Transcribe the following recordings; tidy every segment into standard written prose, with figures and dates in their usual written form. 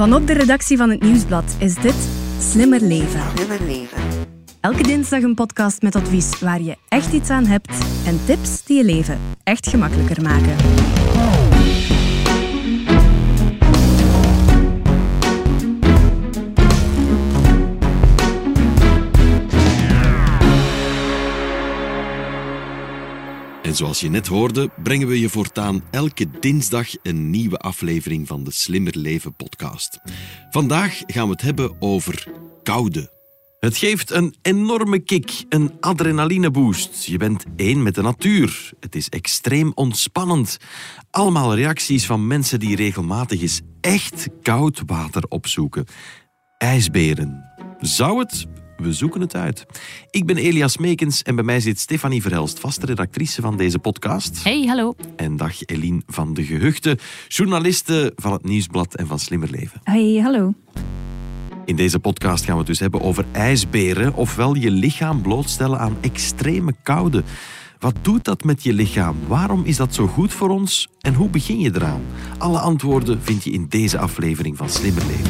Vanop de redactie van het Nieuwsblad is dit Slimmer Leven. Elke dinsdag een podcast met advies waar je echt iets aan hebt en tips die je leven echt gemakkelijker maken. En zoals je net hoorde, brengen we je voortaan elke dinsdag een nieuwe aflevering van de Slimmer Leven podcast. Vandaag gaan we het hebben over koude. Het geeft een enorme kick, een adrenalineboost. Je bent één met de natuur. Het is extreem ontspannend. Allemaal reacties van mensen die regelmatig eens echt koud water opzoeken. IJsberen. Zou het? We zoeken het uit. Ik ben Elias Meekens en bij mij zit Stefanie Verhelst, vaste redactrice van deze podcast. Hey, hallo. En dag Eline van de Gehuchten, journaliste van het Nieuwsblad en van Slimmer Leven. Hey, hallo. In deze podcast gaan we het dus hebben over ijsberen, ofwel je lichaam blootstellen aan extreme koude. Wat doet dat met je lichaam? Waarom is dat zo goed voor ons? En hoe begin je eraan? Alle antwoorden vind je in deze aflevering van Slimmer Leven.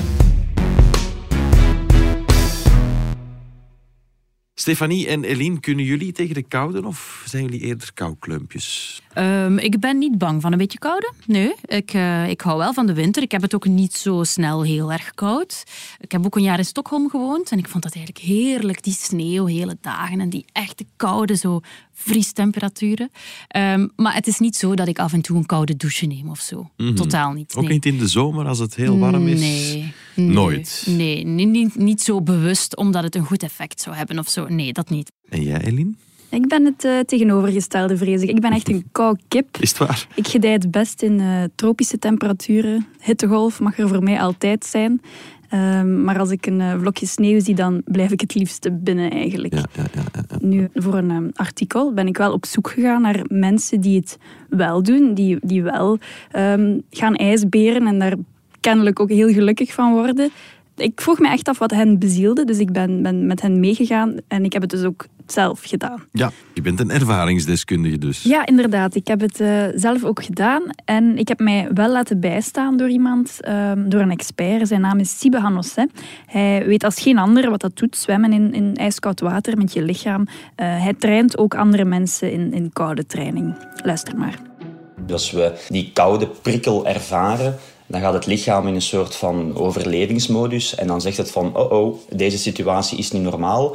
Stefanie en Eline, kunnen jullie tegen de koude of zijn jullie eerder kouklumpjes? Ik ben niet bang van een beetje koude. Nee, ik hou wel van de winter. Ik heb het ook niet zo snel heel erg koud. Ik heb ook een jaar in Stockholm gewoond en ik vond dat eigenlijk heerlijk. Die sneeuw, hele dagen en die echte koude, zo vriestemperaturen. Maar het is niet zo dat ik af en toe een koude douche neem of zo. Mm-hmm. Totaal niet. Ook niet in de zomer als het heel warm is? Nee. Nooit? Nee, niet zo bewust omdat het een goed effect zou hebben of zo. Nee, dat niet. En jij, Eline? Ik ben het tegenovergestelde, vrees ik. Ik ben echt een koukip. Is het waar? Ik gedij het best in tropische temperaturen. Hittegolf mag er voor mij altijd zijn. Maar als ik een vlokje sneeuw zie, dan blijf ik het liefste binnen eigenlijk. Ja. Nu, voor een artikel ben ik wel op zoek gegaan naar mensen die het wel doen. Die wel gaan ijsberen en daar kennelijk ook heel gelukkig van worden. Ik vroeg me echt af wat hen bezielde, dus ik ben met hen meegegaan en ik heb het dus ook zelf gedaan. Ja, je bent een ervaringsdeskundige dus. Ja, inderdaad. Ik heb het zelf ook gedaan en ik heb mij wel laten bijstaan door iemand, door een expert. Zijn naam is Sibe Hanosé. Hij weet als geen ander wat dat doet, zwemmen in ijskoud water met je lichaam. Hij traint ook andere mensen in koude training. Luister maar. Als we die koude prikkel ervaren, dan gaat het lichaam in een soort van overlevingsmodus en dan zegt het van deze situatie is niet normaal.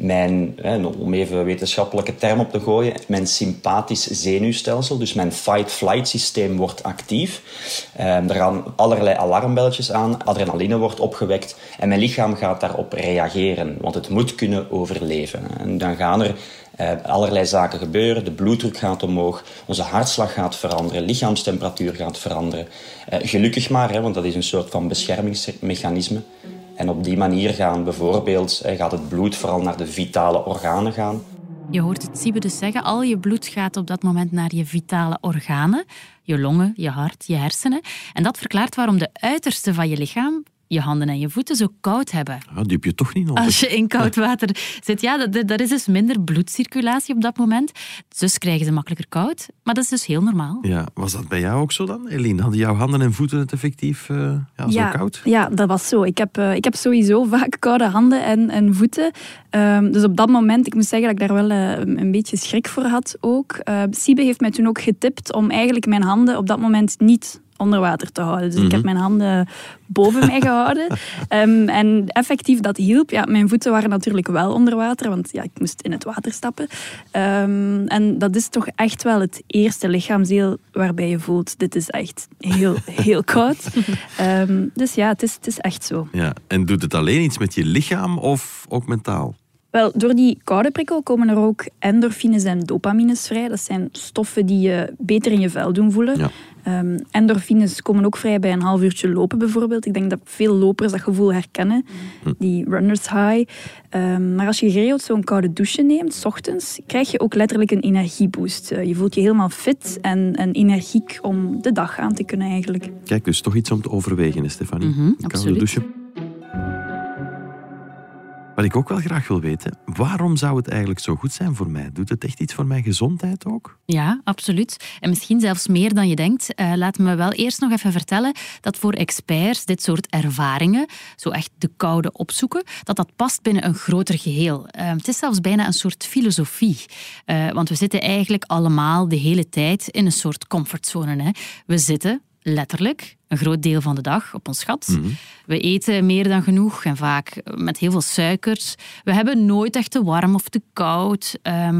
Om even een wetenschappelijke term op te gooien, mijn sympathisch zenuwstelsel, dus mijn fight-flight systeem wordt actief. Er gaan allerlei alarmbelletjes aan, adrenaline wordt opgewekt en mijn lichaam gaat daarop reageren, want het moet kunnen overleven. En dan gaan er allerlei zaken gebeuren. De bloeddruk gaat omhoog, onze hartslag gaat veranderen, lichaamstemperatuur gaat veranderen. Gelukkig maar, want dat is een soort van beschermingsmechanisme. En op die manier gaat het bloed vooral naar de vitale organen gaan. Je hoort het Sibe dus zeggen, al je bloed gaat op dat moment naar je vitale organen. Je longen, je hart, je hersenen. En dat verklaart waarom de uitersten van je lichaam, je handen en je voeten, zo koud hebben. Die heb je toch niet nodig. Als je in koud water zit, daar is dus minder bloedcirculatie op dat moment. Dus krijgen ze makkelijker koud. Maar dat is dus heel normaal. Ja, was dat bij jou ook zo dan, Eline? Hadden jouw handen en voeten het effectief zo koud? Ja, dat was zo. Ik heb sowieso vaak koude handen en voeten. Dus op dat moment, ik moet zeggen dat ik daar wel een beetje schrik voor had ook. Sibe heeft mij toen ook getipt om eigenlijk mijn handen op dat moment niet onder water te houden. Dus ik heb mijn handen boven mij gehouden. En effectief, dat hielp. Ja, mijn voeten waren natuurlijk wel onder water, want ik moest in het water stappen. En dat is toch echt wel het eerste lichaamsdeel waarbij je voelt, dit is echt heel, heel koud. Dus ja, het is echt zo. Ja. En doet het alleen iets met je lichaam of ook mentaal? Wel, door die koude prikkel komen er ook endorfines en dopamines vrij. Dat zijn stoffen die je beter in je vel doen voelen. Ja. Endorfines komen ook vrij bij een half uurtje lopen bijvoorbeeld. Ik denk dat veel lopers dat gevoel herkennen, die runners high. Maar als je geregeld zo'n koude douche neemt, 's ochtends, krijg je ook letterlijk een energieboost. Je voelt je helemaal fit en energiek om de dag aan te kunnen eigenlijk. Kijk, dus toch iets om te overwegen, Stefanie. Een koude douche. Wat ik ook wel graag wil weten, waarom zou het eigenlijk zo goed zijn voor mij? Doet het echt iets voor mijn gezondheid ook? Ja, absoluut. En misschien zelfs meer dan je denkt. Laat me wel eerst nog even vertellen dat voor experts dit soort ervaringen, zo echt de koude opzoeken, dat past binnen een groter geheel. Het is zelfs bijna een soort filosofie. Want we zitten eigenlijk allemaal de hele tijd in een soort comfortzone. Hè. We zitten letterlijk een groot deel van de dag op ons gat. Mm-hmm. We eten meer dan genoeg en vaak met heel veel suikers. We hebben nooit echt te warm of te koud.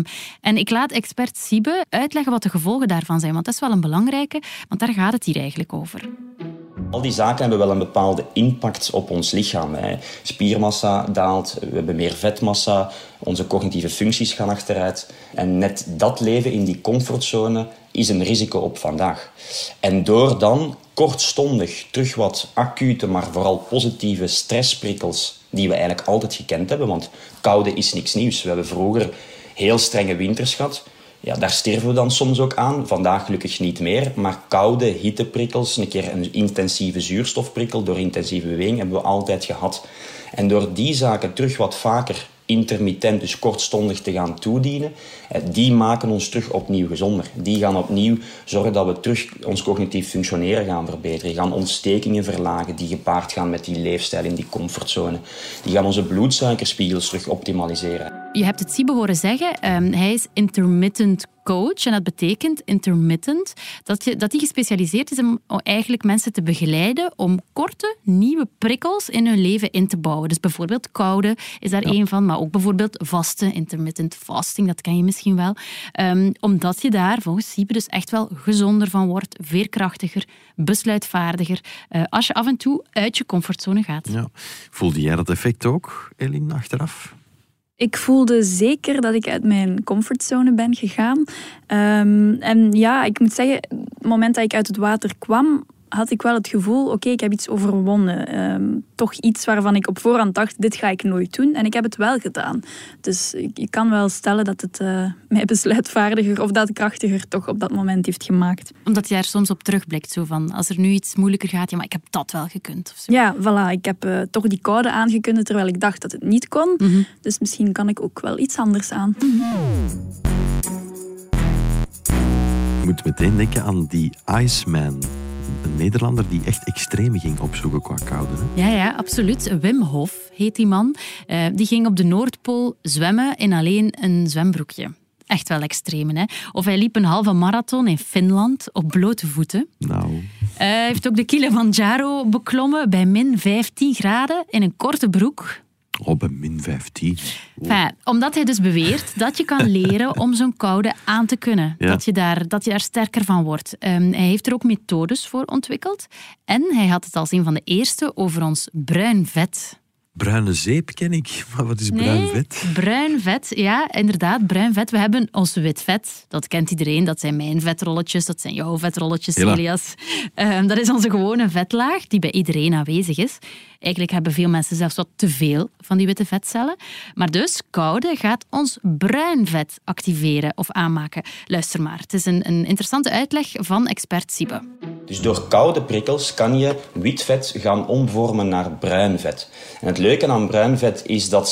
En ik laat expert Siebe uitleggen wat de gevolgen daarvan zijn, want dat is wel een belangrijke, want daar gaat het hier eigenlijk over. Al die zaken hebben wel een bepaalde impact op ons lichaam. Spiermassa daalt, we hebben meer vetmassa, onze cognitieve functies gaan achteruit. En net dat leven in die comfortzone is een risico op vandaag. En door dan kortstondig terug wat acute, maar vooral positieve stressprikkels die we eigenlijk altijd gekend hebben, want koude is niks nieuws. We hebben vroeger heel strenge winters gehad. Ja, daar sterven we dan soms ook aan. Vandaag gelukkig niet meer. Maar koude hitteprikkels, een keer een intensieve zuurstofprikkel door intensieve beweging hebben we altijd gehad. En door die zaken terug wat vaker intermittent, dus kortstondig te gaan toedienen, die maken ons terug opnieuw gezonder. Die gaan opnieuw zorgen dat we terug ons cognitief functioneren gaan verbeteren. Die gaan ontstekingen verlagen die gepaard gaan met die leefstijl in die comfortzone. Die gaan onze bloedsuikerspiegels terug optimaliseren. Je hebt het Siebe horen zeggen, hij is intermittent coach. En dat betekent intermittent dat hij gespecialiseerd is om eigenlijk mensen te begeleiden om korte, nieuwe prikkels in hun leven in te bouwen. Dus bijvoorbeeld koude is daar één van, maar ook bijvoorbeeld vasten, intermittent fasting, dat ken je misschien wel. Omdat je daar volgens Siebe dus echt wel gezonder van wordt, veerkrachtiger, besluitvaardiger, als je af en toe uit je comfortzone gaat. Ja. Voelde jij dat effect ook, Eline, achteraf? Ik voelde zeker dat ik uit mijn comfortzone ben gegaan. En ja, ik moet zeggen, het moment dat ik uit het water kwam, had ik wel het gevoel, oké, ik heb iets overwonnen. Toch iets waarvan ik op voorhand dacht, dit ga ik nooit doen. En ik heb het wel gedaan. Dus ik kan wel stellen dat het mij besluitvaardiger of daadkrachtiger toch op dat moment heeft gemaakt. Omdat je er soms op terugblikt, zo van, als er nu iets moeilijker gaat, ja, maar ik heb dat wel gekund. Of zo. Ja, voilà. Ik heb toch die koude aangekund, terwijl ik dacht dat het niet kon. Mm-hmm. Dus misschien kan ik ook wel iets anders aan. Mm-hmm. Je moet meteen denken aan die Iceman. Een Nederlander die echt extreme ging opzoeken qua koude. Hè? Ja, absoluut. Wim Hof heet die man. Die ging op de Noordpool zwemmen in alleen een zwembroekje. Echt wel extreme, hè? Of hij liep een halve marathon in Finland op blote voeten. Nou. Hij heeft ook de Kilimanjaro beklommen bij min 15 graden in een korte broek. Oh, bij min 15. Oh. Enfin, omdat hij dus beweert dat je kan leren om zo'n koude aan te kunnen. Ja. Dat je daar sterker van wordt. Hij heeft er ook methodes voor ontwikkeld. En hij had het als een van de eerste over ons bruin vet. Bruine zeep ken ik, maar wat is bruin vet? Bruin vet, ja, inderdaad, bruin vet. We hebben ons wit vet, dat kent iedereen. Dat zijn mijn vetrolletjes, dat zijn jouw vetrolletjes, Elias. Dat is onze gewone vetlaag, die bij iedereen aanwezig is. Eigenlijk hebben veel mensen zelfs wat te veel van die witte vetcellen. Maar dus, koude gaat ons bruin vet activeren of aanmaken. Luister maar, het is een interessante uitleg van expert Siebe. Dus door koude prikkels kan je wit vet gaan omvormen naar bruin vet. En het leuke aan bruin vet is dat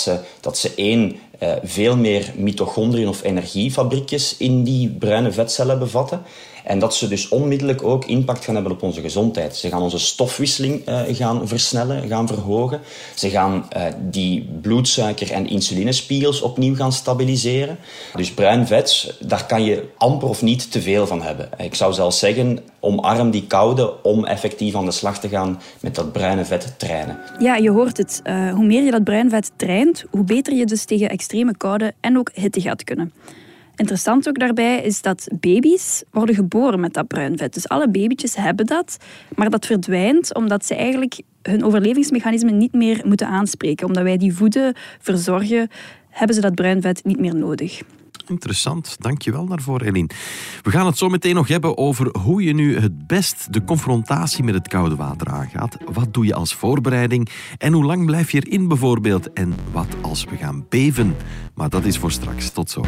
ze veel meer mitochondriën of energiefabriekjes in die bruine vetcellen bevatten. En dat ze dus onmiddellijk ook impact gaan hebben op onze gezondheid. Ze gaan onze stofwisseling gaan versnellen, gaan verhogen. Ze gaan die bloedsuiker- en insulinespiegels opnieuw gaan stabiliseren. Dus bruin vet, daar kan je amper of niet te veel van hebben. Ik zou zelfs zeggen, omarm die koude om effectief aan de slag te gaan met dat bruine vet trainen. Ja, je hoort het. Hoe meer je dat bruin vet traint, hoe beter je dus tegen extreme koude en ook hitte gaat kunnen. Interessant ook daarbij is dat baby's worden geboren met dat bruin vet. Dus alle babytjes hebben dat, maar dat verdwijnt omdat ze eigenlijk hun overlevingsmechanismen niet meer moeten aanspreken. Omdat wij die voeden, verzorgen, hebben ze dat bruin vet niet meer nodig. Interessant, dankjewel daarvoor, Eline. We gaan het zo meteen nog hebben over hoe je nu het best de confrontatie met het koude water aangaat. Wat doe je als voorbereiding? En hoe lang blijf je erin bijvoorbeeld? En wat als we gaan beven? Maar dat is voor straks. Tot zo.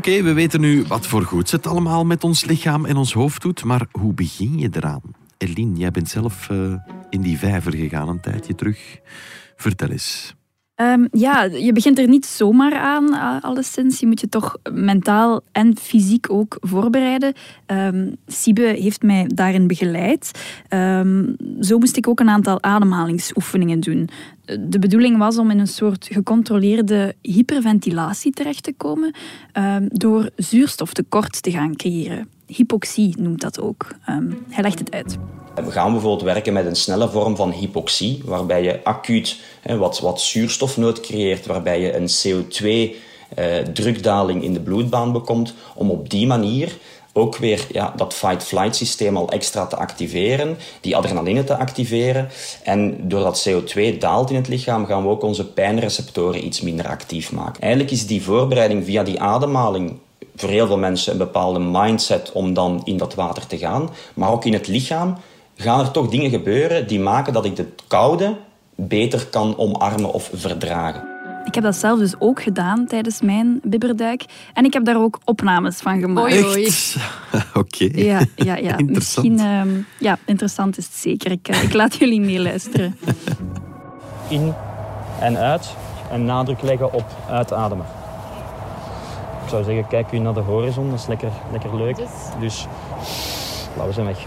Oké, we weten nu wat voor goeds het allemaal met ons lichaam en ons hoofd doet, maar hoe begin je eraan? Eline, jij bent zelf in die vijver gegaan een tijdje terug. Vertel eens. Je begint er niet zomaar aan, alleszins. Je moet je toch mentaal en fysiek ook voorbereiden. Siebe heeft mij daarin begeleid. Zo moest ik ook een aantal ademhalingsoefeningen doen. De bedoeling was om in een soort gecontroleerde hyperventilatie terecht te komen door zuurstoftekort te gaan creëren. Hypoxie noemt dat ook. Hij legt het uit. We gaan bijvoorbeeld werken met een snelle vorm van hypoxie, waarbij je acuut wat zuurstofnood creëert, waarbij je een CO2-drukdaling in de bloedbaan bekomt, om op die manier ook weer dat fight-flight systeem al extra te activeren, die adrenaline te activeren. En doordat CO2 daalt in het lichaam, gaan we ook onze pijnreceptoren iets minder actief maken. Eigenlijk is die voorbereiding via die ademhaling voor heel veel mensen een bepaalde mindset om dan in dat water te gaan. Maar ook in het lichaam gaan er toch dingen gebeuren die maken dat ik de koude beter kan omarmen of verdragen. Ik heb dat zelf dus ook gedaan tijdens mijn bibberduik. En ik heb daar ook opnames van gemaakt. Echt? Oké. Ja. Interessant. Misschien, interessant is het zeker. Ik laat jullie meeluisteren. In en uit. En nadruk leggen op uitademen. Ik zou zeggen, kijk u naar de horizon. Dat is lekker leuk. Dus laten we zijn weg.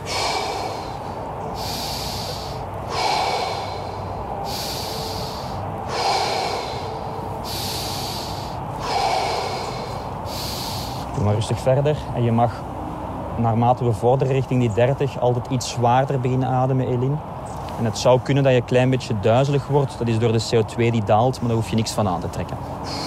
Doe maar rustig verder. En je mag, naarmate we vorderen richting die 30, altijd iets zwaarder beginnen ademen, Eline. En het zou kunnen dat je een klein beetje duizelig wordt. Dat is door de CO2 die daalt, maar daar hoef je niks van aan te trekken.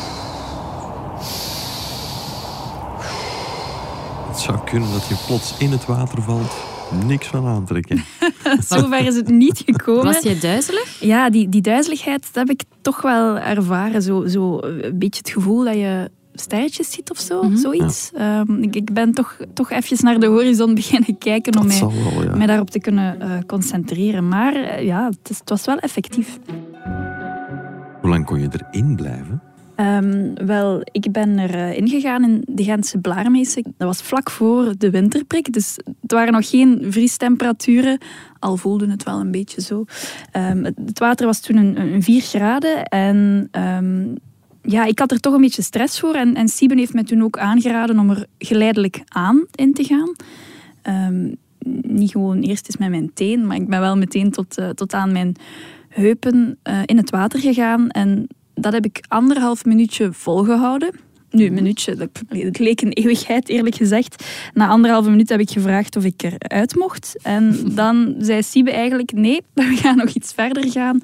Het zou kunnen dat je plots in het water valt. Niks van aantrekken. Zover is het niet gekomen. Was jij duizelig? Ja, die duizeligheid, dat heb ik toch wel ervaren. Zo een beetje het gevoel dat je sterretjes ziet of zo, zoiets. Ja. Ik ben toch even naar de horizon beginnen kijken om mij daarop te kunnen concentreren. Maar het was wel effectief. Hoe lang kon je erin blijven? Wel, ik ben erin gegaan in de Gentse Blaarmeesse. Dat was vlak voor de winterprik, dus het waren nog geen vriestemperaturen, al voelde het wel een beetje zo. Het water was toen een 4 graden en ik had er toch een beetje stress voor. En Sieben heeft mij toen ook aangeraden om er geleidelijk aan in te gaan. Niet gewoon eerst eens met mijn teen, maar ik ben wel meteen tot aan mijn heupen in het water gegaan. En dat heb ik 1,5 minuutje volgehouden. Nu, een minuutje, het leek een eeuwigheid, eerlijk gezegd. Na 1,5 minuut heb ik gevraagd of ik eruit mocht. En dan zei Siebe eigenlijk, nee, we gaan nog iets verder gaan.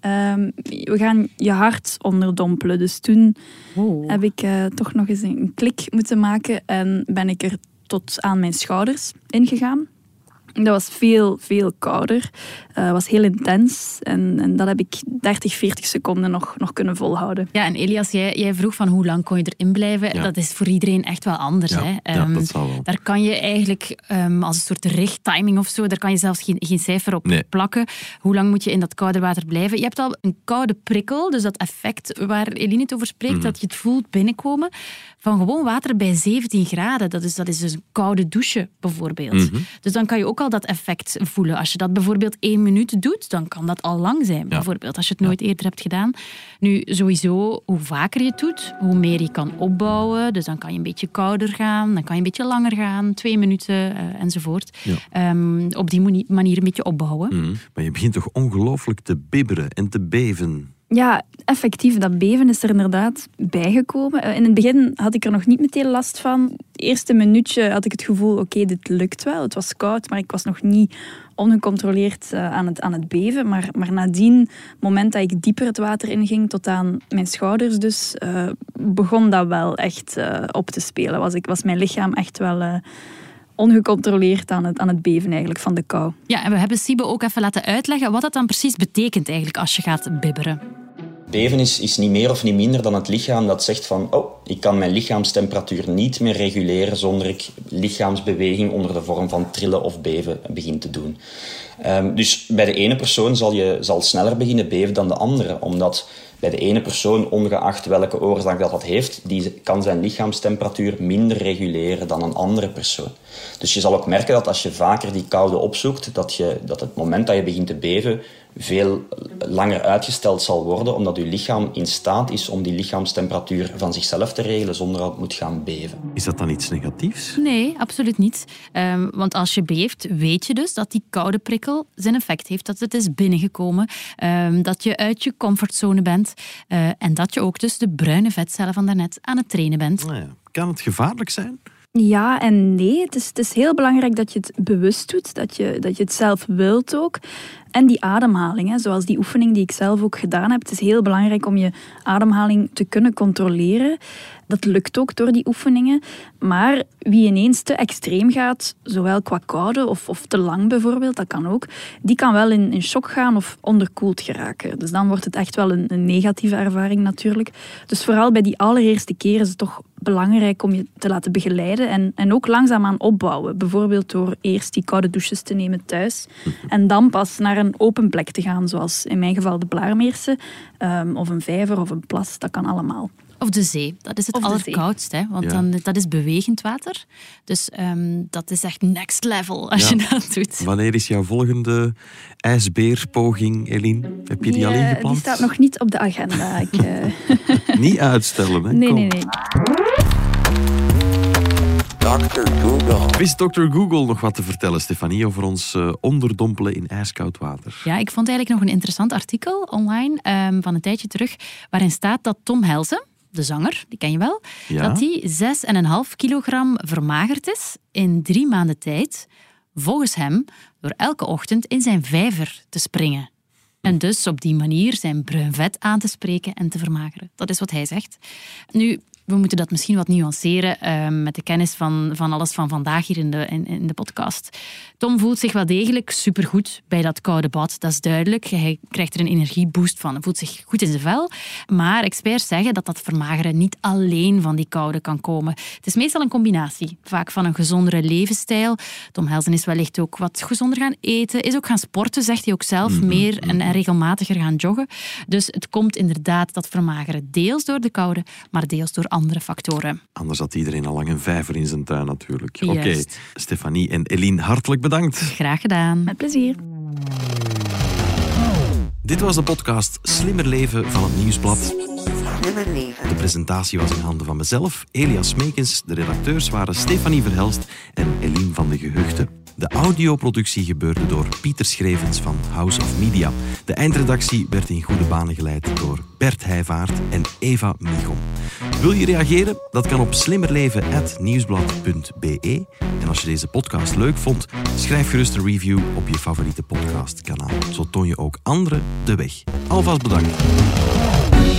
We gaan je hart onderdompelen. Dus toen heb ik toch nog eens een klik moeten maken en ben ik er tot aan mijn schouders ingegaan. Dat was veel, veel kouder. Was heel intens. En dat heb ik 30, 40 seconden nog kunnen volhouden. Ja, en Elias, jij vroeg van hoe lang kon je erin blijven. Ja. Dat is voor iedereen echt wel anders. Ja, dat zal wel. Daar kan je eigenlijk als een soort richttiming of zo, daar kan je zelfs geen cijfer op plakken. Hoe lang moet je in dat koude water blijven? Je hebt al een koude prikkel, dus dat effect waar Eline het over spreekt, dat je het voelt binnenkomen van gewoon water bij 17 graden. Dat is dus een koude douche, bijvoorbeeld. Dus dan kan je ook al dat effect voelen. Als je dat bijvoorbeeld 1 minuut doet, dan kan dat al lang zijn, bijvoorbeeld, als je het nooit eerder hebt gedaan. Nu, sowieso, hoe vaker je het doet, hoe meer je kan opbouwen. Dus dan kan je een beetje kouder gaan, dan kan je een beetje langer gaan, 2 minuten enzovoort. Ja. Op die manier een beetje opbouwen. Maar je begint toch ongelooflijk te bibberen en te beven? Ja, effectief. Dat beven is er inderdaad bijgekomen. In het begin had ik er nog niet meteen last van. Het eerste minuutje had ik het gevoel, oké, dit lukt wel. Het was koud, maar ik was nog niet ongecontroleerd aan het beven. Maar nadien, het moment dat ik dieper het water inging, tot aan mijn schouders dus, begon dat wel echt op te spelen. Was mijn lichaam echt wel ongecontroleerd aan het beven eigenlijk van de kou. Ja, en we hebben Siebe ook even laten uitleggen wat dat dan precies betekent eigenlijk als je gaat bibberen. Beven is niet meer of niet minder dan het lichaam dat zegt van ik kan mijn lichaamstemperatuur niet meer reguleren zonder ik lichaamsbeweging onder de vorm van trillen of beven begin te doen. Dus bij de ene persoon zal sneller beginnen beven dan de andere, omdat Bij de ene persoon, ongeacht welke oorzaak dat heeft, die kan zijn lichaamstemperatuur minder reguleren dan een andere persoon. Dus je zal ook merken dat als je vaker die koude opzoekt, dat het moment dat je begint te beven veel langer uitgesteld zal worden, omdat je lichaam in staat is om die lichaamstemperatuur van zichzelf te regelen zonder dat het moet gaan beven. Is dat dan iets negatiefs? Nee, absoluut niet. Want als je beeft, weet je dus dat die koude prikkel zijn effect heeft, dat het is binnengekomen, dat je uit je comfortzone bent en dat je ook dus de bruine vetcellen van daarnet aan het trainen bent. Nou ja. Kan het gevaarlijk zijn? Ja en nee. Het is heel belangrijk dat je het bewust doet, dat je het zelf wilt ook. En die ademhaling, hè, zoals die oefening die ik zelf ook gedaan heb. Het is heel belangrijk om je ademhaling te kunnen controleren. Dat lukt ook door die oefeningen. Maar wie ineens te extreem gaat, zowel qua koude of te lang bijvoorbeeld, dat kan ook, die kan wel in shock gaan of onderkoeld geraken. Dus dan wordt het echt wel een negatieve ervaring natuurlijk. Dus vooral bij die allereerste keer is het toch belangrijk om je te laten begeleiden en ook langzaamaan opbouwen. Bijvoorbeeld door eerst die koude douches te nemen thuis en dan pas naar een open plek te gaan, zoals in mijn geval de Blaarmeerse, of een vijver of een plas, dat kan allemaal. Of de zee, dat is het allerkoudst, hè? Want dan, dat is bewegend water. Dus dat is echt next level als je dat doet. Wanneer is jouw volgende ijsbeerpoging, Eline? Heb je die al ingepland? Die staat nog niet op de agenda. Niet uitstellen, hè? Nee. Dr. Google. Wist Dr. Google nog wat te vertellen, Stefanie, over ons onderdompelen in ijskoud water? Ja, ik vond eigenlijk nog een interessant artikel online van een tijdje terug, waarin staat dat Tom Helsen, de zanger, die ken je wel, dat die 6,5 kilogram vermagerd is in 3 maanden tijd, volgens hem, door elke ochtend in zijn vijver te springen. En dus op die manier zijn bruin vet aan te spreken en te vermageren. Dat is wat hij zegt. Nu, we moeten dat misschien wat nuanceren met de kennis van alles van vandaag hier in de podcast. Tom voelt zich wel degelijk supergoed bij dat koude bad, dat is duidelijk. Hij krijgt er een energieboost van, hij voelt zich goed in zijn vel. Maar experts zeggen dat vermageren niet alleen van die koude kan komen. Het is meestal een combinatie, vaak van een gezondere levensstijl. Tom Helsen is wellicht ook wat gezonder gaan eten, is ook gaan sporten, zegt hij ook zelf, meer en regelmatiger gaan joggen. Dus het komt inderdaad dat vermageren deels door de koude, maar deels door andere factoren. Anders had iedereen al lang een vijver in zijn tuin natuurlijk. Oké, Stefanie en Eline, hartelijk bedankt. Graag gedaan. Met plezier. Dit was de podcast Slimmer Leven van het Nieuwsblad. De presentatie was in handen van mezelf, Elias Meekens. De redacteurs waren Stefanie Verhelst en Eline van de Gehuchten. De audioproductie gebeurde door Pieter Schrevens van House of Media. De eindredactie werd in goede banen geleid door Bert Heijvaart en Eva Michom. Wil je reageren? Dat kan op slimmerleven@nieuwsblad.be. En als je deze podcast leuk vond, schrijf gerust een review op je favoriete podcastkanaal. Zo toon je ook anderen de weg. Alvast bedankt.